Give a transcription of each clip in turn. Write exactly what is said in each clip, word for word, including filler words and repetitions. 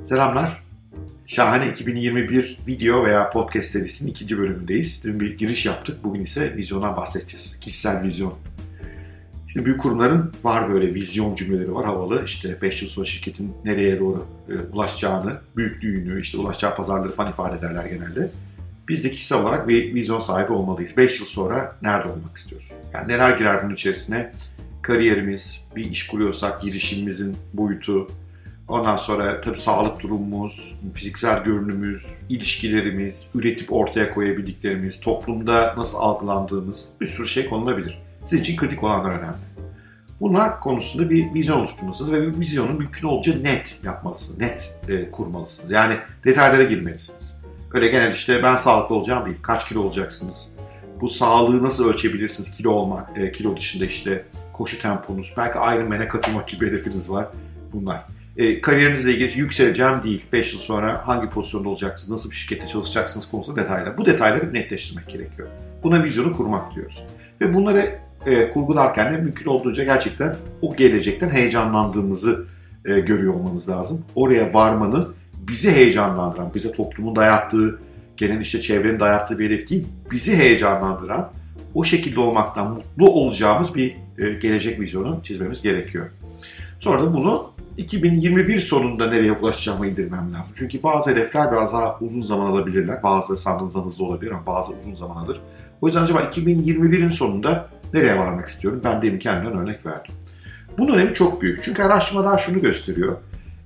Selamlar. Şahane iki bin yirmi bir video veya podcast serisinin ikinci bölümündeyiz. Dün bir giriş yaptık. Bugün ise vizyondan bahsedeceğiz. Kişisel vizyon. Şimdi büyük kurumların var böyle vizyon cümleleri var, havalı. İşte beş yıl sonra şirketin nereye doğru e, ulaşacağını, büyüklüğünü, işte ulaşacağı pazarları falan ifade ederler genelde. Biz de kişisel olarak bir vizyon sahibi olmalıyız. beş yıl sonra nerede olmak istiyoruz? Yani neler girer bunun içerisine? Kariyerimiz, bir iş kuruyorsak girişimimizin boyutu, ondan sonra tabii sağlık durumumuz, fiziksel görünümümüz, ilişkilerimiz, üretip ortaya koyabildiklerimiz, toplumda nasıl algılandığımız bir sürü şey konulabilir. Sizin için kritik olanlar önemli. Bunlar konusunda bir vizyon oluşturmalısınız ve bir vizyonu mümkün olduğunca net yapmalısınız, net e, kurmalısınız. Yani detaylara girmelisiniz. Öyle genel işte ben sağlıklı olacağım değil, kaç kilo olacaksınız? Bu sağlığı nasıl ölçebilirsiniz? Kilo olmak, e, kilo dışında işte koşu temponuz, belki Ironman'e katılmak gibi hedefiniz var. Bunlar. E, kariyerinizle ilgili yükseleceğim değil, beş yıl sonra hangi pozisyonda olacaksınız, nasıl bir şirkette çalışacaksınız konusunda detaylar. Bu detayları netleştirmek gerekiyor. Buna vizyonu kurmak diyoruz. Ve bunları e, kurgularken de mümkün olduğunca gerçekten o gelecekten heyecanlandığımızı e, görüyor olmamız lazım. Oraya varmanın bizi heyecanlandıran, bize toplumun dayattığı, genel işte çevrenin dayattığı bir hedef değil, bizi heyecanlandıran, o şekilde olmaktan mutlu olacağımız bir e, gelecek vizyonu çizmemiz gerekiyor. Sonra da bunu iki bin yirmi bir sonunda nereye ulaşacağımı indirmem lazım. Çünkü bazı hedefler biraz daha uzun zaman alabilirler. Bazıları sandığınızdan hızlı olabilir ama bazı uzun zaman alır. O yüzden acaba iki bin yirmi birin sonunda nereye varmak istiyorum? Ben demin kendimden örnek verdim. Bunun önemi çok büyük. Çünkü araştırmalar şunu gösteriyor.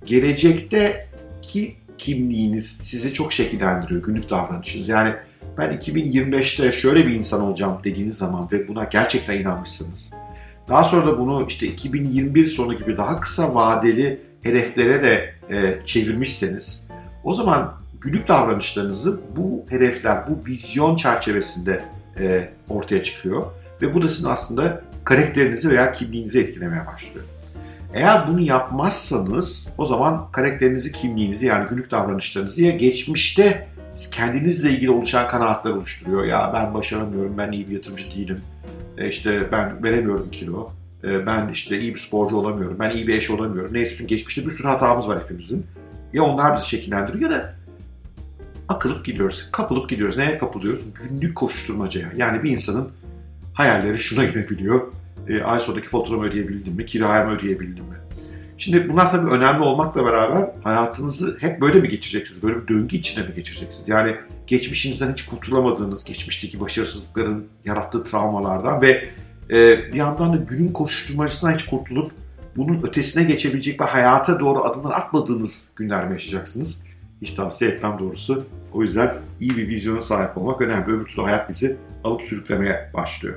Gelecekteki kimliğiniz sizi çok şekillendiriyor, günlük davranışınız. Yani ben iki bin yirmi beşte şöyle bir insan olacağım dediğiniz zaman ve buna gerçekten inanmışsınız. Daha sonra da bunu işte iki bin yirmi bir sonu gibi daha kısa vadeli hedeflere de e, çevirmişseniz, o zaman günlük davranışlarınızı bu hedefler, bu vizyon çerçevesinde e, ortaya çıkıyor ve bu da sizin aslında karakterinizi veya kimliğinizi etkilemeye başlıyor. Eğer bunu yapmazsanız o zaman karakterinizi, kimliğinizi yani günlük davranışlarınızı ya geçmişte kendinizle ilgili oluşan kanaatler oluşturuyor. Ya ben başaramıyorum, ben iyi bir yatırımcı değilim. İşte ben veremiyorum kilo, ben işte iyi bir sporcu olamıyorum, ben iyi bir eş olamıyorum. Neyse çünkü geçmişte bir sürü hatamız var hepimizin. Ya onlar bizi şekillendiriyor ya da akılıp gidiyoruz, kapılıp gidiyoruz. Neye kapılıyoruz? Günlük koşuşturmacaya. Yani bir insanın hayalleri şuna gidebiliyor. E, ay sonundaki faturamı ödeyebildim mi, kiramı ödeyebildim mi? Şimdi bunlar tabii önemli olmakla beraber hayatınızı hep böyle mi geçireceksiniz? Böyle bir döngü içinde mi geçireceksiniz? Yani geçmişinizden hiç kurtulamadığınız, geçmişteki başarısızlıkların yarattığı travmalardan ve e, bir yandan da günün koşuşturmacasından hiç kurtulup bunun ötesine geçebilecek ve hayata doğru adımlar atmadığınız günler mi yaşayacaksınız? Hiç tavsiye etmem doğrusu. O yüzden iyi bir vizyona sahip olmak önemli. Öbür türlü hayat bizi alıp sürüklemeye başlıyor.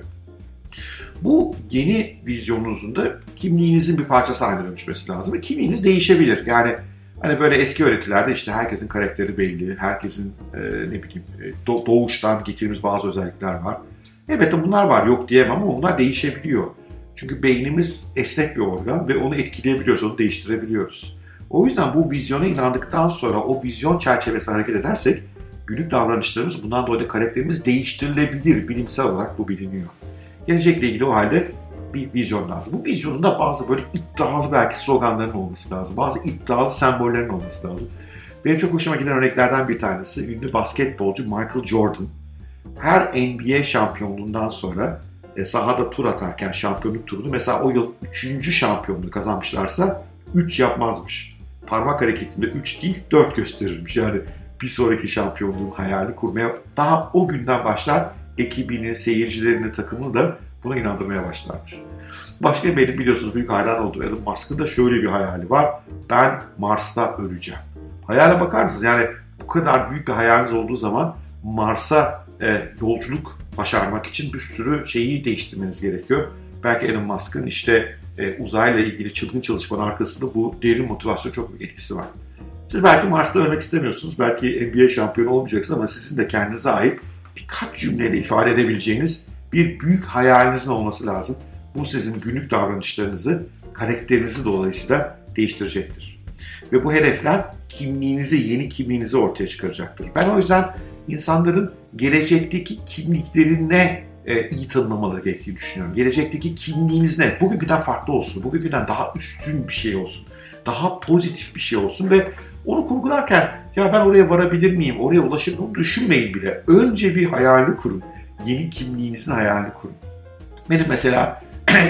Bu yeni vizyonunuzun da kimliğinizin bir parçası haline dönüşmesi lazım. Ve kimliğiniz değişebilir. Yani hani böyle eski öğretilerde işte herkesin karakteri belli, herkesin e, ne bileyim do- doğuştan getirdiğimiz bazı özellikler var. Evet bunlar var, yok diyemem ama bunlar değişebiliyor. Çünkü beynimiz esnek bir organ ve onu etkileyebiliyoruz, onu değiştirebiliyoruz. O yüzden bu vizyona inandıktan sonra o vizyon çerçevesinde hareket edersek günlük davranışlarımız, bundan dolayı karakterimiz değiştirilebilir. Bilimsel olarak bu biliniyor. Gelecekle ilgili o halde bir vizyon lazım. Bu vizyonun da bazı böyle iddialı belki sloganların olması lazım. Bazı iddialı sembollerin olması lazım. Benim çok hoşuma giden örneklerden bir tanesi ünlü basketbolcu Michael Jordan. Her N B A şampiyonluğundan sonra sahada tur atarken şampiyonluk turunu mesela o yıl üçüncü şampiyonluğu kazanmışlarsa üç yapmazmış. Parmak hareketinde üç değil dört gösterirmiş. Yani bir sonraki şampiyonluğun hayalini kurmaya daha o günden başlar. Ekibini, seyircilerini, takımını da buna inandırmaya başlarmış. Başka benim biliyorsunuz büyük hayran olduğum Elon Musk'ın da şöyle bir hayali var. Ben Mars'ta öleceğim. Hayale bakar mısınız? Yani bu kadar büyük bir hayaliniz olduğu zaman Mars'a e, yolculuk başarmak için bir sürü şeyi değiştirmeniz gerekiyor. Belki Elon Musk'ın işte e, uzayla ilgili çılgın çalışmanın arkasında bu derin motivasyon çok büyük etkisi var. Siz belki Mars'ta ölmek istemiyorsunuz. Belki N B A şampiyonu olmayacaksınız ama sizin de kendinize ait birkaç cümleyle ifade edebileceğiniz bir büyük hayalinizin olması lazım. Bu sizin günlük davranışlarınızı, karakterinizi dolayısıyla değiştirecektir. Ve bu hedefler kimliğinizi, yeni kimliğinizi ortaya çıkaracaktır. Ben o yüzden insanların gelecekteki kimliklerine e, iyi tanımlamaları gerektiğini düşünüyorum. Gelecekteki kimliğiniz ne? Bugünküden farklı olsun, bugünküden daha üstün bir şey olsun, daha pozitif bir şey olsun ve Onu kurgularken ya ben oraya varabilir miyim, oraya ulaşır mıyım düşünmeyin bile. Önce bir hayalini kurun. Yeni kimliğinizin hayalini kurun. Benim mesela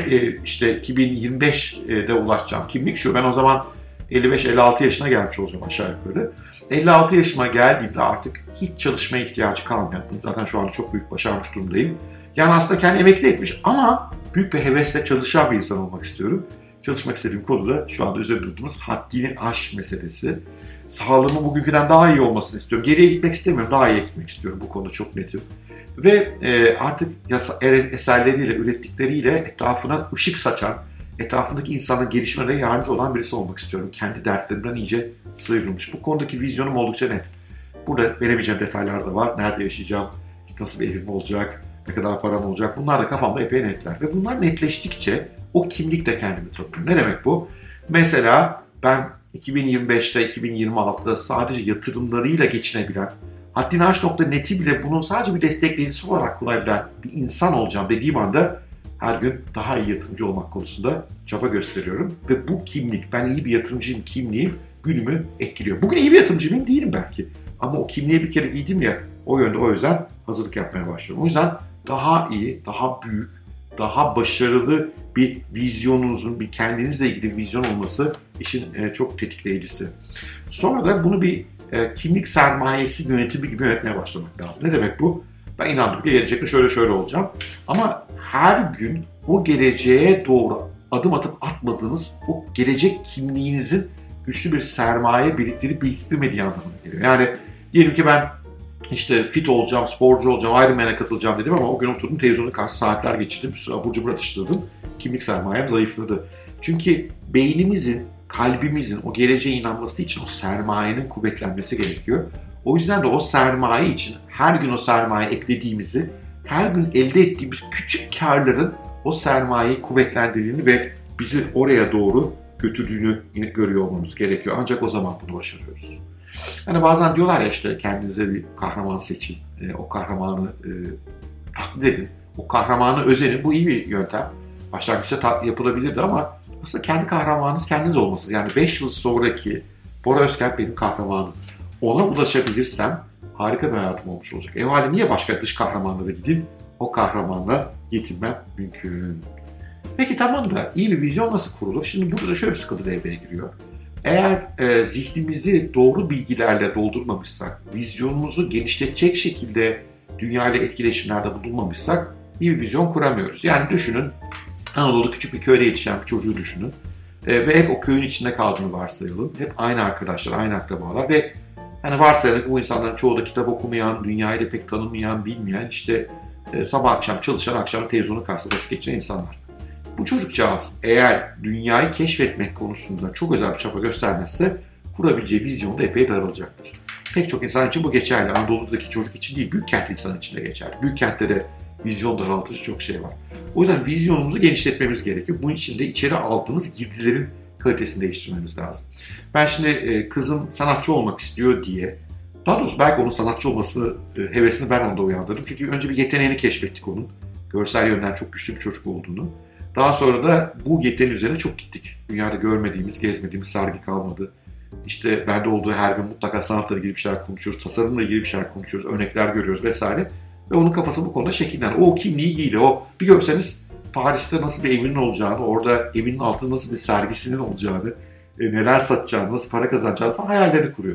işte iki bin yirmi beşte ulaşacağım kimlik şu. Ben o zaman elli beş elli altı yaşına gelmiş olacağım aşağı yukarı. elli altı yaşıma geldiğimde artık hiç çalışmaya ihtiyacı kalmayan, zaten şu anda çok büyük başarmış durumdayım. Yani aslında kendi emekli etmiş ama büyük bir hevesle çalışan bir insan olmak istiyorum. Çalışmak istediğim konu da şu anda üzerinde durduğumuz haddini aş meselesi. Sağlığımın bugünküden daha iyi olmasını istiyorum. Geriye gitmek istemiyorum, daha iyi gitmek istiyorum. Bu konuda çok netim. Ve e, artık yasa, eserleriyle, ürettikleriyle etrafına ışık saçan, etrafındaki insanların gelişmelerine yardımcı olan birisi olmak istiyorum. Kendi dertlerimden iyice sıyrılmış. Bu konudaki vizyonum oldukça net. Burada verebileceğim detaylar da var. Nerede yaşayacağım, nasıl bir evim olacak, ne kadar param olacak. Bunlar da kafamda epey netler. Ve bunlar netleştikçe o kimlik de kendimi tanıyorum. Ne demek bu? Mesela ben iki bin yirmi beşte, iki bin yirmi altıda sadece yatırımlarıyla geçinebilen, haddini aş nokta net'i bile bunun sadece bir destekleyicisi olarak kullanabilen bir insan olacağım dediğim anda her gün daha iyi yatırımcı olmak konusunda çaba gösteriyorum. Ve bu kimlik, ben iyi bir yatırımcıyım kimliğim günümü etkiliyor. Bugün iyi bir yatırımcı mıyım? Değilim belki. Ama o kimliği bir kere giydim ya, o yönde o yüzden hazırlık yapmaya başlıyorum. O yüzden daha iyi, daha büyük, daha başarılı bir vizyonunuzun, bir kendinizle ilgili bir vizyon olması işin çok tetikleyicisi. Sonra da bunu bir kimlik sermayesi yönetimi gibi yönetmeye başlamak lazım. Ne demek bu? Ben inandım ki gelecekte şöyle şöyle olacağım. Ama her gün o geleceğe doğru adım atıp atmadığınız o gelecek kimliğinizin güçlü bir sermaye biriktirip biriktirmediği anlamına geliyor. Yani diyelim ki ben işte fit olacağım, sporcu olacağım, Ironman'e katılacağım dedim ama o gün oturdum televizyonda karşı saatler geçirdim, bir sürü abur cubur atıştırdım. Kimlik sermayem zayıfladı. Çünkü beynimizin, kalbimizin o geleceğe inanması için o sermayenin kuvvetlenmesi gerekiyor. O yüzden de o sermaye için her gün o sermaye eklediğimizi, her gün elde ettiğimiz küçük karların o sermayeyi kuvvetlendirdiğini ve bizi oraya doğru götürdüğünü görüyor olmamız gerekiyor. Ancak o zaman bunu başarıyoruz. Hani bazen diyorlar ya işte kendinize bir kahraman seçin, e, o kahramanı e, taklit edin, o kahramanı özenin. Bu iyi bir yöntem. Başlangıçta ta- yapılabilirdi ama aslında kendi kahramanınız kendiniz olması. Yani beş yıl sonraki Bora Özkent benim kahramanım. Ona ulaşabilirsem harika bir hayatım olmuş olacak. E o halde niye başka dış kahramanlara gideyim? O kahramanla yetinmem mümkün. Peki tamam da iyi bir vizyon nasıl kurulur? Şimdi burada da şöyle bir sıkıntı devreye giriyor. Eğer e, zihnimizi doğru bilgilerle doldurmamışsak, vizyonumuzu genişletecek şekilde dünyayla etkileşimlerde bulunmamışsak iyi bir vizyon kuramıyoruz. Yani düşünün, Anadolu'da küçük bir köyde yetişen bir çocuğu düşünün. E, ve hep o köyün içinde kaldığını varsayalım. Hep aynı arkadaşlar, aynı akrabalar ve hani varsayalım ki bu insanların çoğu da kitap okumayan, dünyayı da pek tanımayan, bilmeyen, işte e, sabah akşam çalışan, akşam televizyonun karşısında vakit geçiren insanlar. Bu çocukcağız eğer dünyayı keşfetmek konusunda çok özel bir çaba göstermezse kurabileceği vizyon da epey daralacaktır. Pek çok insan için bu geçerli. Anadolu'daki çocuk için değil, büyük kentli insan için de geçerli. Büyük kentte de vizyon daraltıcı çok şey var. O yüzden vizyonumuzu genişletmemiz gerekiyor. Bunun için de içeri aldığımız girdilerin kalitesini değiştirmemiz lazım. Ben şimdi kızım sanatçı olmak istiyor diye, daha doğrusu belki onun sanatçı olması hevesini ben onda uyandırdım. Çünkü önce bir yeteneğini keşfettik onun. Görsel yönden çok güçlü bir çocuk olduğunu. Daha sonra da bu yeteneğin üzerine çok gittik. Dünyada görmediğimiz, gezmediğimiz sergi kalmadı. İşte bende olduğu her gün mutlaka sanatla ilgili bir şeyler konuşuyoruz, tasarımla ilgili bir şeyler konuşuyoruz, örnekler görüyoruz vesaire. Ve onun kafası bu konuda şekillendi. O kimliği giydi. O bir görseniz Paris'te nasıl bir evinin olacağını, orada evinin altında nasıl bir sergisinin olacağını, neler satacağını, nasıl para kazanacağını falan hayalleri kuruyor.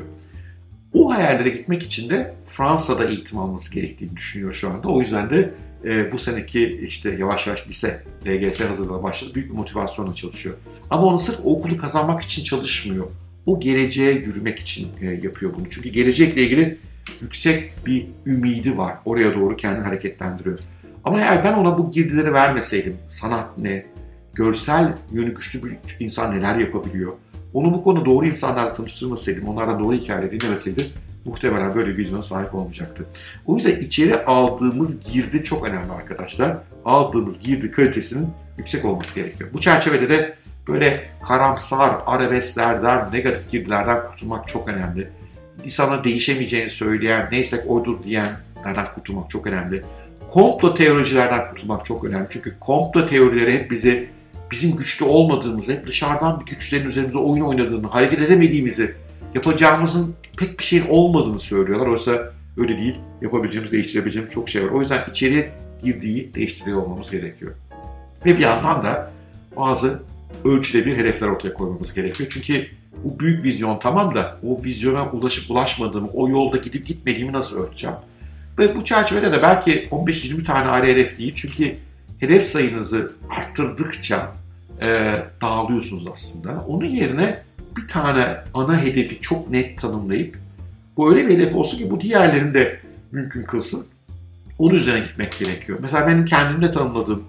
O hayallere gitmek için de Fransa'da eğitim alması gerektiğini düşünüyor şu anda. O yüzden de e, bu seneki işte yavaş yavaş lise, L G S hazırlığa başladı. Büyük bir motivasyonla çalışıyor. Ama onu sırf o okulu kazanmak için çalışmıyor. O geleceğe yürümek için e, yapıyor bunu. Çünkü gelecekle ilgili yüksek bir ümidi var. Oraya doğru kendini hareketlendiriyor. Ama eğer ben ona bu girdileri vermeseydim, sanat ne, görsel yönü güçlü bir insan neler yapabiliyor, onu bu konuda doğru insanlarla tanıştırmasaydım, onlardan doğru hikayeleri dinlemeseydim, muhtemelen böyle bir vizyona sahip olmayacaktı. O yüzden içeri aldığımız girdi çok önemli arkadaşlar. Aldığımız girdi kalitesinin yüksek olması gerekiyor. Bu çerçevede de böyle karamsar, arabesklerden, negatif girdilerden kurtulmak çok önemli. İnsana değişemeyeceğini söyleyen, neyse oydur diyenlerden kurtulmak çok önemli. Komplo teoricilerden kurtulmak çok önemli. Çünkü komplo teorileri hep bizi, bizim güçlü olmadığımızı, hep dışarıdan bir güçlerin üzerimize oyun oynadığını, hareket edemediğimizi yapacağımızın pek bir şeyin olmadığını söylüyorlar. Oysa öyle değil. Yapabileceğimiz, değiştirebileceğimiz çok şey var. O yüzden içeriye girdiği değiştiriyor olmamız gerekiyor. Ve bir yandan da bazı ölçülebilir hedefler ortaya koymamız gerekiyor. Çünkü bu büyük vizyon tamam da o vizyona ulaşıp ulaşmadığımı, o yolda gidip gitmediğimi nasıl ölçeceğim? Ve bu çerçevede de belki on beş yirmi tane ayrı hedef değil. Çünkü hedef sayınızı arttırdıkça e, dağılıyorsunuz aslında. Onun yerine bir tane ana hedefi çok net tanımlayıp bu öyle bir hedef olsun ki bu diğerlerini de mümkün kılsın. Onun üzerine gitmek gerekiyor. Mesela benim kendimde tanımladığım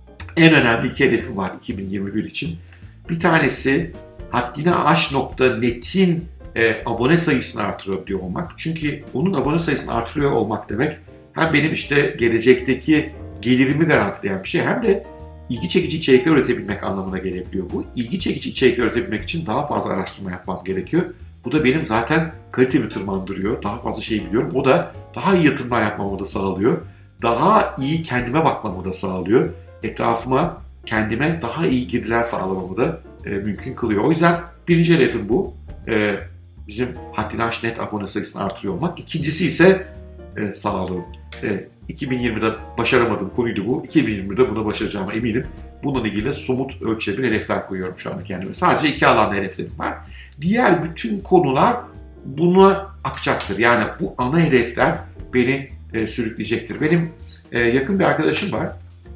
en önemli iki hedefim var iki bin yirmi bir için. Bir tanesi haddini aş nokta net'in e, abone sayısını artırabiliyor olmak. Çünkü onun abone sayısını artırıyor olmak demek hem benim işte gelecekteki gelirimi garantileyen bir şey hem de ilgi çekici içerikler üretebilmek anlamına gelebiliyor bu. İlgi çekici içerikler üretebilmek için daha fazla araştırma yapmam gerekiyor. Bu da benim zaten kalitemi tırmandırıyor. Daha fazla şey biliyorum. O da daha iyi yatırımlar yapmamı da sağlıyor. Daha iyi kendime bakmamı da sağlıyor. Etrafıma, kendime daha iyi girdiler sağlamamı da e, mümkün kılıyor. O yüzden birinci hedefim bu. E, bizim haddini aş net abone sayısını artırıyor olmak. İkincisi ise e, sağlığım. E, iki bin yirmide başaramadığım konuydu bu. iki bin yirmide buna başaracağıma eminim. Bununla ilgili somut ölçebilir hedefler koyuyorum şu anda kendime. Sadece iki alanda hedeflerim var. Diğer bütün konular buna akacaktır. Yani bu ana hedefler beni e, sürükleyecektir. Benim e, yakın bir arkadaşım var.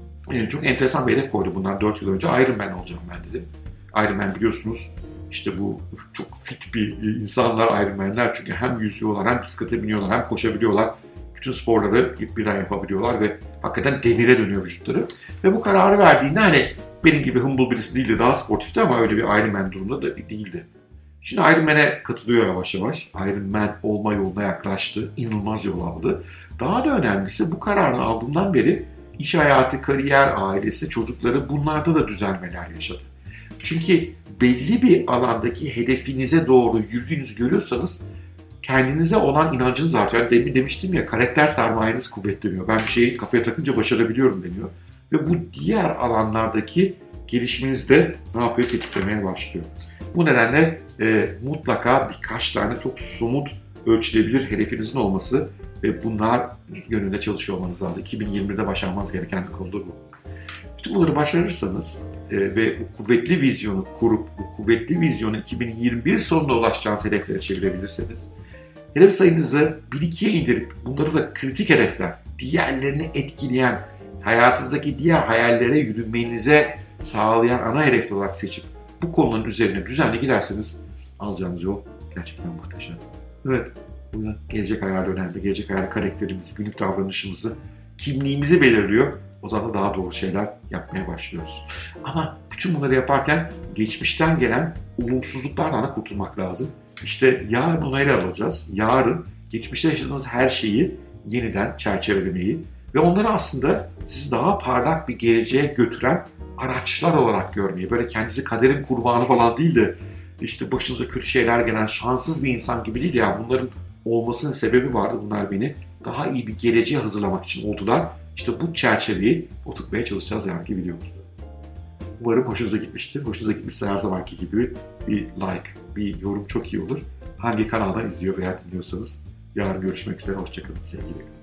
E, çok enteresan bir hedef koydu bundan dört yıl önce. Iron Man olacağım ben dedi. Iron Man biliyorsunuz işte bu çok fit bir insanlar Iron Man'ler. Çünkü hem yüzüyorlar hem bisiklete biniyorlar hem koşabiliyorlar. Bütün sporları birden yapabiliyorlar ve hakikaten demire dönüyor vücutları. Ve bu kararı verdiğinde hani benim gibi humble birisi değildi, daha sportifti ama öyle bir Iron Man durumunda da değildi. Şimdi Iron Man'e katılıyor yavaş yavaş. Iron Man olma yoluna yaklaştı. İnanılmaz yol aldı. Daha da önemlisi bu kararını aldığından beri iş hayatı, kariyer, ailesi, çocukları bunlarda da düzelmeler yaşadı. Çünkü belli bir alandaki hedefinize doğru yürüdüğünüzü görüyorsanız kendinize olan inancınız artıyor. Yani demin demiştim ya karakter sermayeniz kuvvetleniyor. Ben bir şeyi kafaya takınca başarabiliyorum deniyor. Ve bu diğer alanlardaki gelişiminiz de ne yapıyor? Tetiklemeye başlıyor. Bu nedenle e, mutlaka birkaç tane çok somut ölçülebilir hedefinizin olması ve bunlar yönünde çalışıyor olmanız lazım. iki bin yirmide başarmanız gereken bir konudur bu. Bütün bunları başarırsanız e, ve bu kuvvetli vizyonu kurup bu kuvvetli vizyonu iki bin yirmi bir sonunda ulaşacağınız hedeflere çevirebilirseniz hedef sayınızı bir ikiye indirip bunları da kritik hedefler, diğerlerini etkileyen, hayatınızdaki diğer hayallere yürümenize sağlayan ana hedefler olarak seçip bu konuların üzerine düzenli giderseniz alacağınız yol gerçekten muhteşem. Evet, bu yüzden gelecek hayali önemli. Gelecek hayali karakterimizi, günlük davranışımızı, kimliğimizi belirliyor. O zaman da daha doğru şeyler yapmaya başlıyoruz. Ama bütün bunları yaparken geçmişten gelen olumsuzluklardan da kurtulmak lazım. İşte yarın onu ele alacağız. Yarın geçmişte yaşadığınız her şeyi yeniden çerçevelemeyi ve onları aslında sizi daha parlak bir geleceğe götüren araçlar olarak görmeyi, böyle kendinizi kaderin kurbanı falan değil de işte başınıza kötü şeyler gelen şanssız bir insan gibi değil ya, bunların olmasının sebebi vardı. Bunlar beni daha iyi bir geleceğe hazırlamak için oldular. İşte bu çerçeveyi oturtmaya çalışacağız yarınki videomuzda. Umarım hoşunuza gitmiştir. Hoşunuza gitmişse her zamanki gibi bir like, bir yorum çok iyi olur. Hangi kanaldan izliyor veya dinliyorsanız yarın görüşmek üzere. Hoşçakalın sevgili.